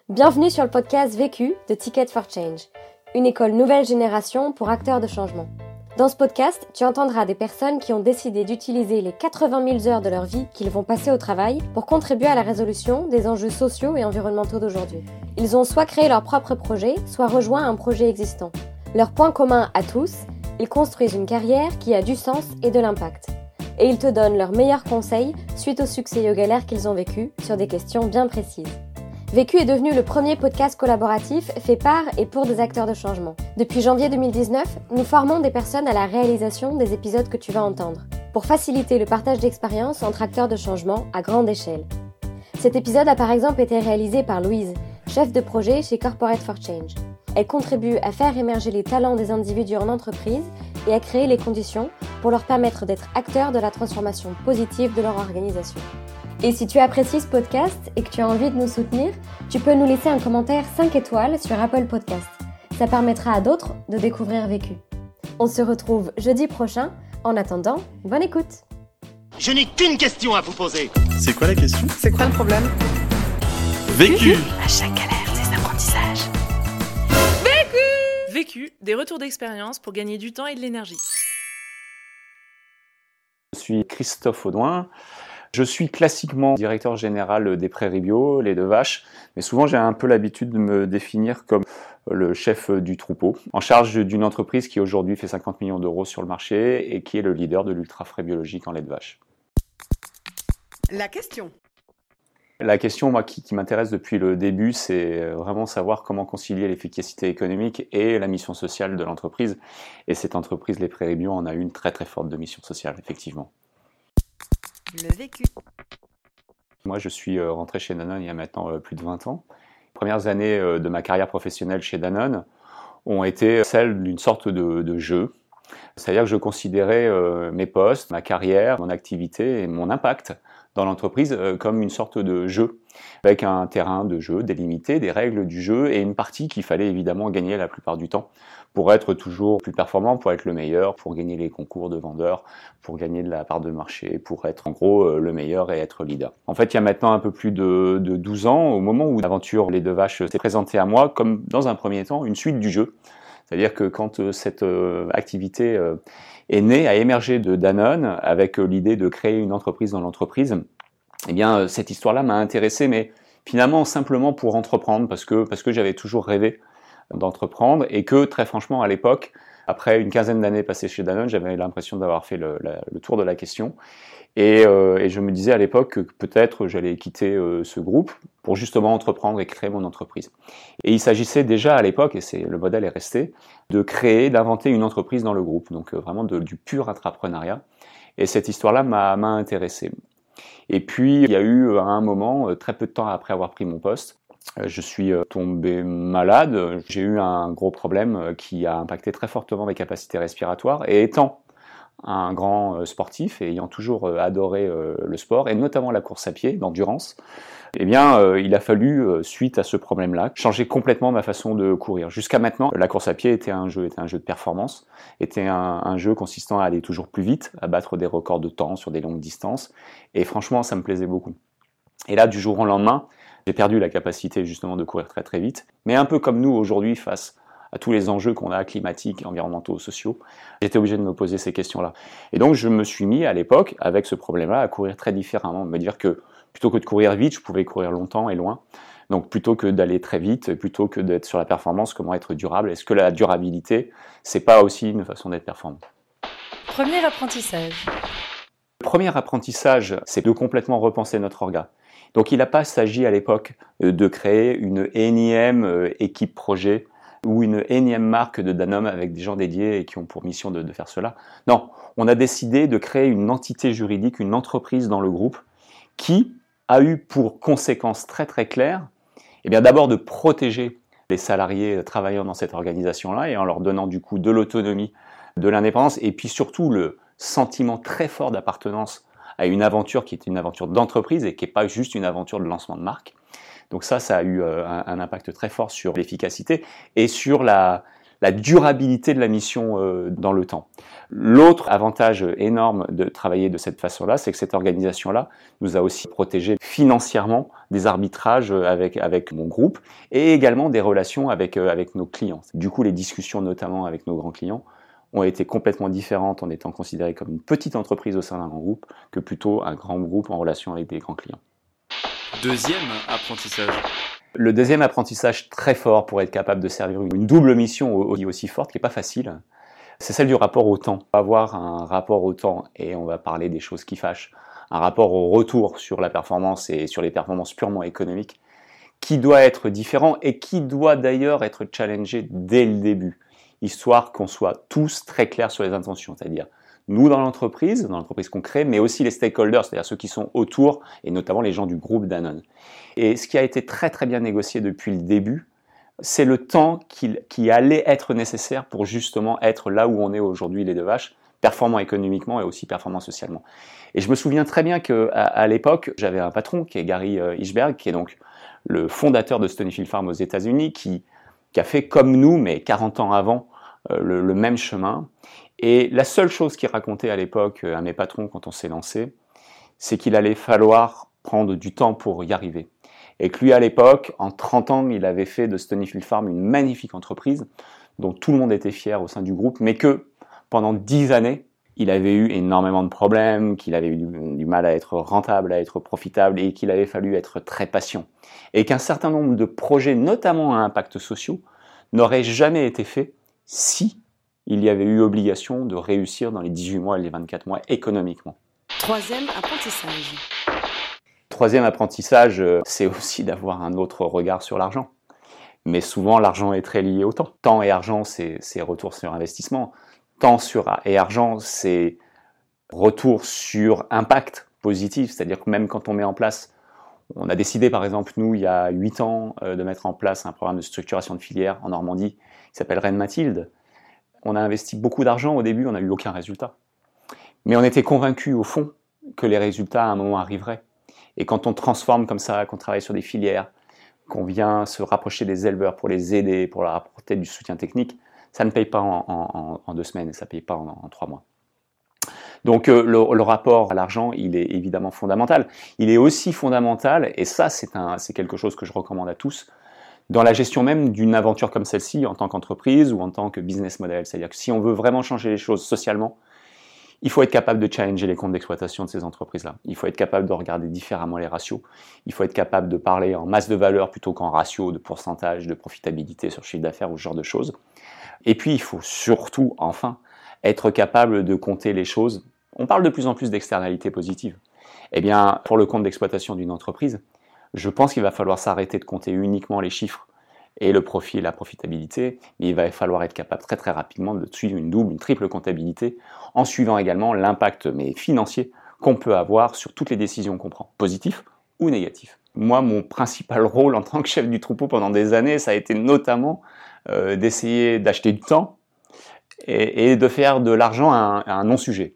Bienvenue sur le podcast Vécu de Ticket for Change, une école nouvelle génération pour acteurs de changement. Dans ce podcast, tu entendras des personnes qui ont décidé d'utiliser les 80 000 heures de leur vie qu'ils vont passer au travail pour contribuer à la résolution des enjeux sociaux et environnementaux d'aujourd'hui. Ils ont soit créé leur propre projet, soit rejoint un projet existant. Leur point commun à tous, ils construisent une carrière qui a du sens et de l'impact. Et ils te donnent leurs meilleurs conseils suite aux succès et aux galères qu'ils ont vécus sur des questions bien précises. Vécu est devenu le premier podcast collaboratif fait par et pour des acteurs de changement. Depuis janvier 2019, nous formons des personnes à la réalisation des épisodes que tu vas entendre, pour faciliter le partage d'expériences entre acteurs de changement à grande échelle. Cet épisode a par exemple été réalisé par Louise, chef de projet chez Corporate for Change. Elle contribue à faire émerger les talents des individus en entreprise et à créer les conditions pour leur permettre d'être acteurs de la transformation positive de leur organisation. Et si tu apprécies ce podcast et que tu as envie de nous soutenir, tu peux nous laisser un commentaire 5 étoiles sur Apple Podcast. Ça permettra à d'autres de découvrir Vécu. On se retrouve jeudi prochain. En attendant, bonne écoute. Je n'ai qu'une question à vous poser. C'est quoi la question ? C'est quoi le problème ? Vécu. À chaque galère, des apprentissages. Vécu, des retours d'expérience pour gagner du temps et de l'énergie. Je suis Christophe Audouin. Je suis classiquement directeur général des Prairies Bio, les 2 vaches, mais souvent j'ai un peu l'habitude de me définir comme le chef du troupeau, en charge d'une entreprise qui aujourd'hui fait 50 millions d'euros sur le marché et qui est le leader de l'ultra frais biologique en lait de vache. La question, moi, qui m'intéresse depuis le début, c'est vraiment savoir comment concilier l'efficacité économique et la mission sociale de l'entreprise. Et cette entreprise, les Prairies Bio, en a une très très forte de mission sociale, effectivement. le vécu. Moi, je suis rentré chez Danone il y a maintenant plus de 20 ans. Les premières années de ma carrière professionnelle chez Danone ont été celles d'une sorte de jeu. C'est-à-dire que je considérais mes postes, ma carrière, mon activité et mon impact dans l'entreprise comme une sorte de jeu, avec un terrain de jeu délimité, des règles du jeu et une partie qu'il fallait évidemment gagner la plupart du temps pour être toujours plus performant, pour être le meilleur, pour gagner les concours de vendeurs, pour gagner de la part de marché, pour être en gros le meilleur et être leader. En fait, il y a maintenant un peu plus de 12 ans, au moment où l'aventure Les 2 vaches s'est présentée à moi, comme dans un premier temps, une suite du jeu. C'est-à-dire que quand cette activité est née, a émergé de Danone, avec l'idée de créer une entreprise dans l'entreprise, eh bien cette histoire-là m'a intéressé, mais finalement simplement pour entreprendre, parce que j'avais toujours rêvé d'entreprendre, et que très franchement à l'époque, après une quinzaine d'années passées chez Danone, j'avais l'impression d'avoir fait le tour de la question. Et je me disais à l'époque que peut-être j'allais quitter ce groupe pour justement entreprendre et créer mon entreprise. Et il s'agissait déjà à l'époque, et le modèle est resté, d'inventer une entreprise dans le groupe, donc vraiment du pur intrapreneuriat. Et cette histoire-là m'a intéressé. Et puis il y a eu à un moment, très peu de temps après avoir pris mon poste, je suis tombé malade. J'ai eu un gros problème qui a impacté très fortement mes capacités respiratoires. Et étant un grand sportif et ayant toujours adoré le sport, et notamment la course à pied, d'endurance, eh bien, il a fallu, suite à ce problème-là, changer complètement ma façon de courir. Jusqu'à maintenant, la course à pied était un jeu de performance, était un jeu consistant à aller toujours plus vite, à battre des records de temps sur des longues distances, et franchement, ça me plaisait beaucoup. Et là, du jour au lendemain, j'ai perdu la capacité justement de courir très très vite, mais un peu comme nous aujourd'hui face à tous les enjeux qu'on a climatiques, environnementaux, sociaux, j'étais obligé de me poser ces questions-là. Et donc je me suis mis à l'époque, avec ce problème-là, à courir très différemment, me dire que plutôt que de courir vite, je pouvais courir longtemps et loin. Donc plutôt que d'aller très vite, plutôt que d'être sur la performance, comment être durable? Est-ce que la durabilité, c'est pas aussi une façon d'être performant? Premier apprentissage. Le premier apprentissage, c'est de complètement repenser notre orga. Donc il n'a pas s'agi à l'époque de créer une énième équipe projet ou une énième marque de Danone avec des gens dédiés et qui ont pour mission de faire cela. Non, on a décidé de créer une entité juridique, une entreprise dans le groupe qui a eu pour conséquence très très claire, eh bien d'abord de protéger les salariés travaillant dans cette organisation-là et en leur donnant du coup de l'autonomie, de l'indépendance et puis surtout le sentiment très fort d'appartenance à une aventure qui est une aventure d'entreprise et qui n'est pas juste une aventure de lancement de marque. Donc ça a eu un impact très fort sur l'efficacité et sur la la durabilité de la mission dans le temps. L'autre avantage énorme de travailler de cette façon-là, c'est que cette organisation-là nous a aussi protégés financièrement des arbitrages avec mon groupe et également des relations avec nos clients. Du coup, les discussions notamment avec nos grands clients ont été complètement différentes en étant considérées comme une petite entreprise au sein d'un grand groupe que plutôt un grand groupe en relation avec des grands clients. Deuxième apprentissage. Le deuxième apprentissage très fort pour être capable de servir une double mission aussi forte, qui n'est pas facile, c'est celle du rapport au temps. On va avoir un rapport au temps et on va parler des choses qui fâchent, un rapport au retour sur la performance et sur les performances purement économiques, qui doit être différent et qui doit d'ailleurs être challengé dès le début, histoire qu'on soit tous très clairs sur les intentions, c'est-à-dire nous dans l'entreprise qu'on crée, mais aussi les stakeholders, c'est-à-dire ceux qui sont autour, et notamment les gens du groupe Danone. Et ce qui a été très très bien négocié depuis le début, c'est le temps qui allait être nécessaire pour justement être là où on est aujourd'hui les deux vaches, performant économiquement et aussi performant socialement. Et je me souviens très bien qu'à l'époque, j'avais un patron qui est Gary Hirschberg, qui est donc le fondateur de Stonyfield Farm aux États-Unis, qui a fait comme nous, mais 40 ans avant, le même chemin. Et la seule chose qu'il racontait à l'époque à mes patrons quand on s'est lancé, c'est qu'il allait falloir prendre du temps pour y arriver. Et que lui, à l'époque, en 30 ans, il avait fait de Stonyfield Farm une magnifique entreprise dont tout le monde était fier au sein du groupe, mais que pendant 10 années, il avait eu énormément de problèmes, qu'il avait eu du mal à être rentable, à être profitable, et qu'il avait fallu être très patient. Et qu'un certain nombre de projets, notamment à impact social, n'auraient jamais été faits si il y avait eu obligation de réussir dans les 18 mois et les 24 mois économiquement. Troisième apprentissage. Troisième apprentissage, c'est aussi d'avoir un autre regard sur l'argent. Mais souvent, l'argent est très lié au temps. Temps et argent, c'est retour sur investissement. Temps et argent, c'est retour sur impact positif. C'est-à-dire que même quand on met en place, on a décidé par exemple, nous, il y a 8 ans, de mettre en place un programme de structuration de filière en Normandie qui s'appelle Rennes-Mathilde. On a investi beaucoup d'argent au début, on n'a eu aucun résultat. Mais on était convaincus au fond que les résultats à un moment arriveraient. Et quand on transforme comme ça, qu'on travaille sur des filières, qu'on vient se rapprocher des éleveurs pour les aider, pour leur apporter du soutien technique, ça ne paye pas en 2 semaines, ça ne paye pas en 3 mois. Donc le rapport à l'argent, il est évidemment fondamental. Il est aussi fondamental, et ça c'est quelque chose que je recommande à tous, dans la gestion même d'une aventure comme celle-ci, en tant qu'entreprise ou en tant que business model. C'est-à-dire que si on veut vraiment changer les choses socialement, il faut être capable de challenger les comptes d'exploitation de ces entreprises-là. Il faut être capable de regarder différemment les ratios. Il faut être capable de parler en masse de valeur plutôt qu'en ratio, de pourcentage, de profitabilité sur chiffre d'affaires ou ce genre de choses. Et puis, il faut surtout, enfin, être capable de compter les choses. On parle de plus en plus d'externalités positives. Eh bien, pour le compte d'exploitation d'une entreprise, je pense qu'il va falloir s'arrêter de compter uniquement les chiffres et le profit et la profitabilité, mais il va falloir être capable très très rapidement de suivre une double, une triple comptabilité, en suivant également l'impact financier qu'on peut avoir sur toutes les décisions qu'on prend, positif ou négatif. Moi, mon principal rôle en tant que chef du troupeau pendant des années, ça a été notamment d'essayer d'acheter du temps et de faire de l'argent un non-sujet.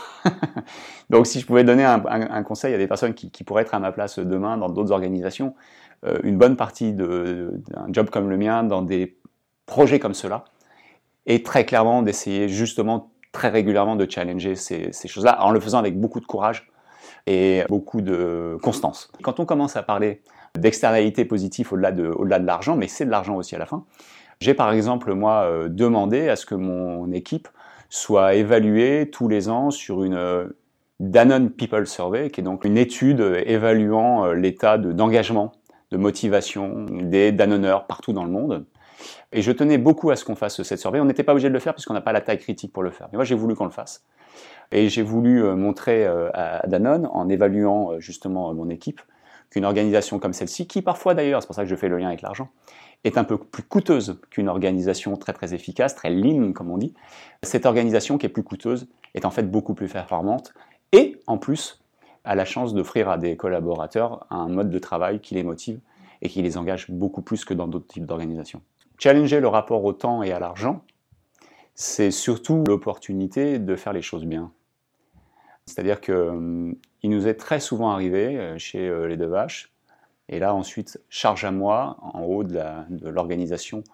Donc si je pouvais donner un conseil à des personnes qui pourraient être à ma place demain dans d'autres organisations, une bonne partie d'un job comme le mien, dans des projets comme cela, est très clairement d'essayer justement très régulièrement de challenger ces choses-là, en le faisant avec beaucoup de courage et beaucoup de constance. Quand on commence à parler d'externalités positives au-delà de l'argent, mais c'est de l'argent aussi à la fin, j'ai par exemple moi demandé à ce que mon équipe soit évaluée tous les ans sur une Danone People Survey, qui est donc une étude évaluant l'état d'engagement, de motivation des Danoneurs partout dans le monde. Et je tenais beaucoup à ce qu'on fasse cette survey. On n'était pas obligé de le faire puisqu'on n'a pas la taille critique pour le faire. Mais moi, j'ai voulu qu'on le fasse. Et j'ai voulu montrer à Danone, en évaluant justement mon équipe, qu'une organisation comme celle-ci, qui parfois d'ailleurs, c'est pour ça que je fais le lien avec l'argent, est un peu plus coûteuse qu'une organisation très très efficace, très lean comme on dit. Cette organisation qui est plus coûteuse est en fait beaucoup plus performante et en plus a la chance d'offrir à des collaborateurs un mode de travail qui les motive et qui les engage beaucoup plus que dans d'autres types d'organisations. Challenger le rapport au temps et à l'argent, c'est surtout l'opportunité de faire les choses bien. C'est-à-dire qu'il nous est très souvent arrivé chez les deux vaches, et là ensuite, charge à moi, en haut de l'organisation,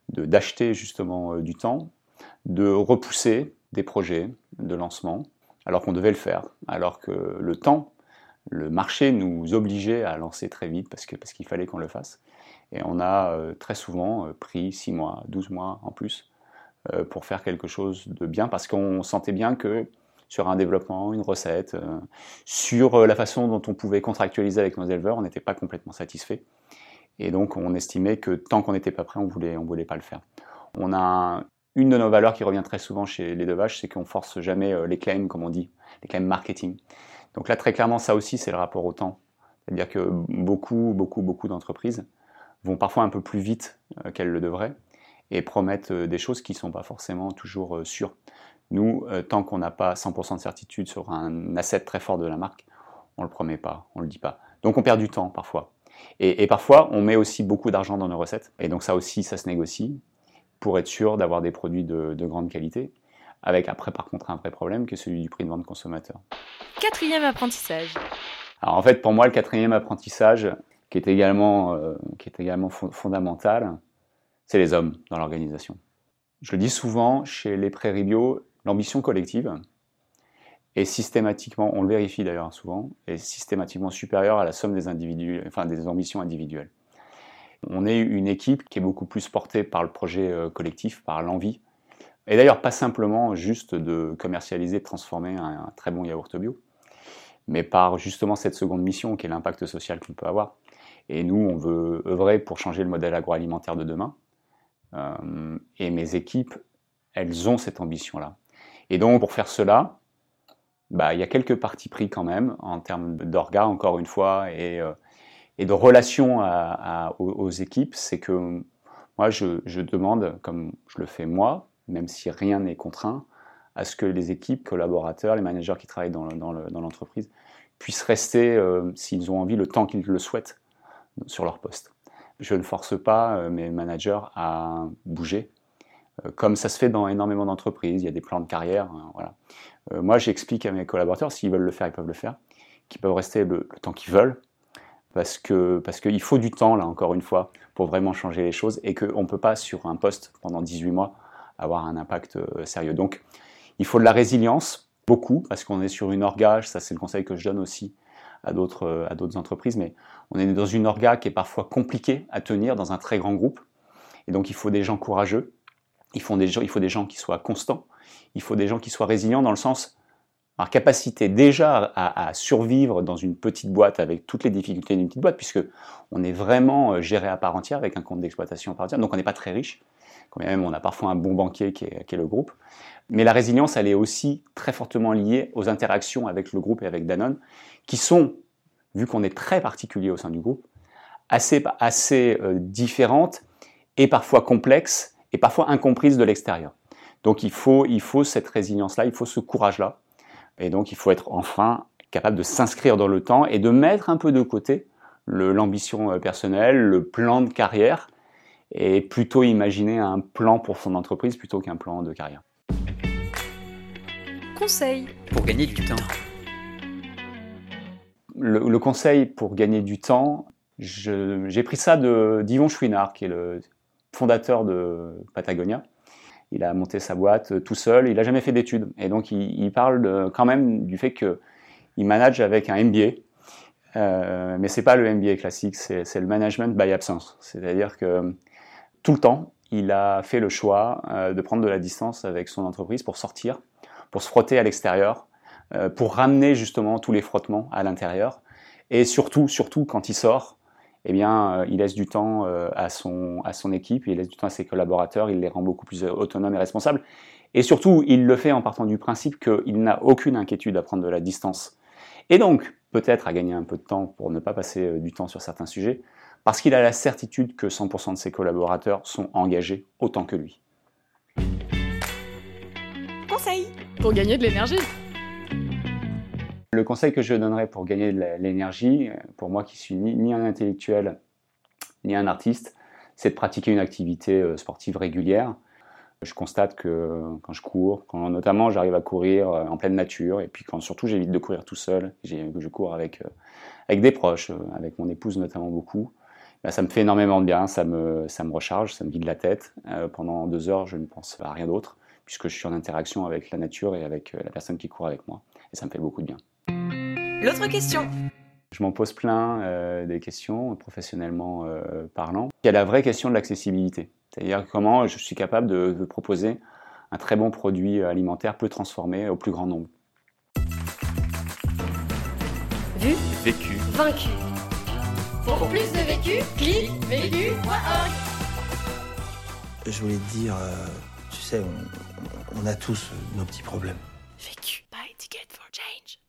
d'acheter justement du temps, de repousser des projets de lancement, alors qu'on devait le faire, alors que le temps, le marché nous obligeait à lancer très vite parce qu'il fallait qu'on le fasse. Et on a très souvent pris 6 mois, 12 mois en plus pour faire quelque chose de bien, parce qu'on sentait bien que sur un développement, une recette, sur la façon dont on pouvait contractualiser avec nos éleveurs, on n'était pas complètement satisfait. Et donc on estimait que tant qu'on n'était pas prêt, on voulait pas le faire. On a une de nos valeurs qui revient très souvent chez les deux vaches, c'est qu'on force jamais les claims, comme on dit, les claims marketing. Donc là, très clairement, ça aussi, c'est le rapport au temps. C'est-à-dire que beaucoup d'entreprises vont parfois un peu plus vite qu'elles le devraient et promettent des choses qui ne sont pas forcément toujours sûres. Nous, tant qu'on n'a pas 100% de certitude sur un asset très fort de la marque, on ne le promet pas, on ne le dit pas. Donc on perd du temps parfois. Et parfois, on met aussi beaucoup d'argent dans nos recettes. Et donc ça aussi, ça se négocie pour être sûr d'avoir des produits de grande qualité, avec après par contre un vrai problème qui est celui du prix de vente consommateur. 4e apprentissage. Alors en fait, pour moi, le 4e apprentissage, qui est également fondamental, c'est les hommes dans l'organisation. Je le dis souvent, chez les Prairies Bio, l'ambition collective est systématiquement, on le vérifie d'ailleurs souvent, est systématiquement supérieure à la somme des ambitions individuelles. On est une équipe qui est beaucoup plus portée par le projet collectif, par l'envie. Et d'ailleurs, pas simplement juste de commercialiser, de transformer un très bon yaourt bio, mais par justement cette seconde mission qui est l'impact social qu'on peut avoir. Et nous, on veut œuvrer pour changer le modèle agroalimentaire de demain. Et mes équipes, elles ont cette ambition-là. Et donc, pour faire cela, il y a quelques partis pris quand même, en termes d'orga, encore une fois, et de relation aux équipes. C'est que moi, je demande, comme je le fais moi, même si rien n'est contraint, à ce que les équipes, collaborateurs, les managers qui travaillent dans l'entreprise puissent rester, s'ils ont envie, le temps qu'ils le souhaitent sur leur poste. Je ne force pas mes managers à bouger, comme ça se fait dans énormément d'entreprises. Il y a des plans de carrière. Voilà. Moi, j'explique à mes collaborateurs, s'ils veulent le faire, ils peuvent le faire, qu'ils peuvent rester le temps qu'ils veulent, parce qu'il faut du temps, là, encore une fois, pour vraiment changer les choses, et qu'on ne peut pas, sur un poste, pendant 18 mois, avoir un impact sérieux. Donc, il faut de la résilience, beaucoup, parce qu'on est sur une orga, ça c'est le conseil que je donne aussi à d'autres entreprises, mais on est dans une orga qui est parfois compliquée à tenir dans un très grand groupe, et donc il faut des gens courageux, il faut des gens qui soient constants, il faut des gens qui soient résilients dans le sens, leur capacité déjà à survivre dans une petite boîte avec toutes les difficultés d'une petite boîte, puisque on est vraiment géré à part entière avec un compte d'exploitation à part entière, donc on n'est pas très riche, quand même on a parfois un bon banquier qui est le groupe. Mais la résilience, elle est aussi très fortement liée aux interactions avec le groupe et avec Danone, qui sont, vu qu'on est très particulier au sein du groupe, assez différentes et parfois complexes et parfois incomprises de l'extérieur. Donc il faut cette résilience-là, il faut ce courage-là. Et donc il faut être enfin capable de s'inscrire dans le temps et de mettre un peu de côté l'ambition personnelle, le plan de carrière, et plutôt imaginer un plan pour son entreprise plutôt qu'un plan de carrière. Conseil pour gagner du temps. Le conseil pour gagner du temps, j'ai pris ça d'Yvon Chouinard, qui est le fondateur de Patagonia. Il a monté sa boîte tout seul, il n'a jamais fait d'études. Et donc il parle quand même du fait qu'il manage avec un MBA. Mais ce n'est pas le MBA classique, c'est le management by absence. C'est-à-dire que tout le temps, il a fait le choix de prendre de la distance avec son entreprise pour sortir, pour se frotter à l'extérieur, pour ramener justement tous les frottements à l'intérieur. Et surtout, quand il sort, eh bien, il laisse du temps à son équipe, il laisse du temps à ses collaborateurs, il les rend beaucoup plus autonomes et responsables. Et surtout, il le fait en partant du principe qu'il n'a aucune inquiétude à prendre de la distance. Et donc, peut-être à gagner un peu de temps pour ne pas passer du temps sur certains sujets, parce qu'il a la certitude que 100% de ses collaborateurs sont engagés autant que lui. Conseil pour gagner de l'énergie. Le conseil que je donnerais pour gagner de l'énergie, pour moi qui suis ni un intellectuel ni un artiste, c'est de pratiquer une activité sportive régulière. Je constate que quand je cours, quand notamment j'arrive à courir en pleine nature, et puis quand surtout j'évite de courir tout seul, je cours avec des proches, avec mon épouse notamment beaucoup, Ça me fait énormément de bien, ça me recharge, ça me vide la tête. Pendant 2 heures, je ne pense à rien d'autre, puisque je suis en interaction avec la nature et avec la personne qui court avec moi. Et ça me fait beaucoup de bien. L'autre question. Je m'en pose plein des questions, professionnellement parlant. Il y a la vraie question de l'accessibilité, c'est-à-dire comment je suis capable de proposer un très bon produit alimentaire peu transformé au plus grand nombre. Vu, Vécu. vaincu. Pour plus de vécu, clique vécu.org. Je voulais te dire, tu sais, on a tous nos petits problèmes. Vécu by Ticket for Change.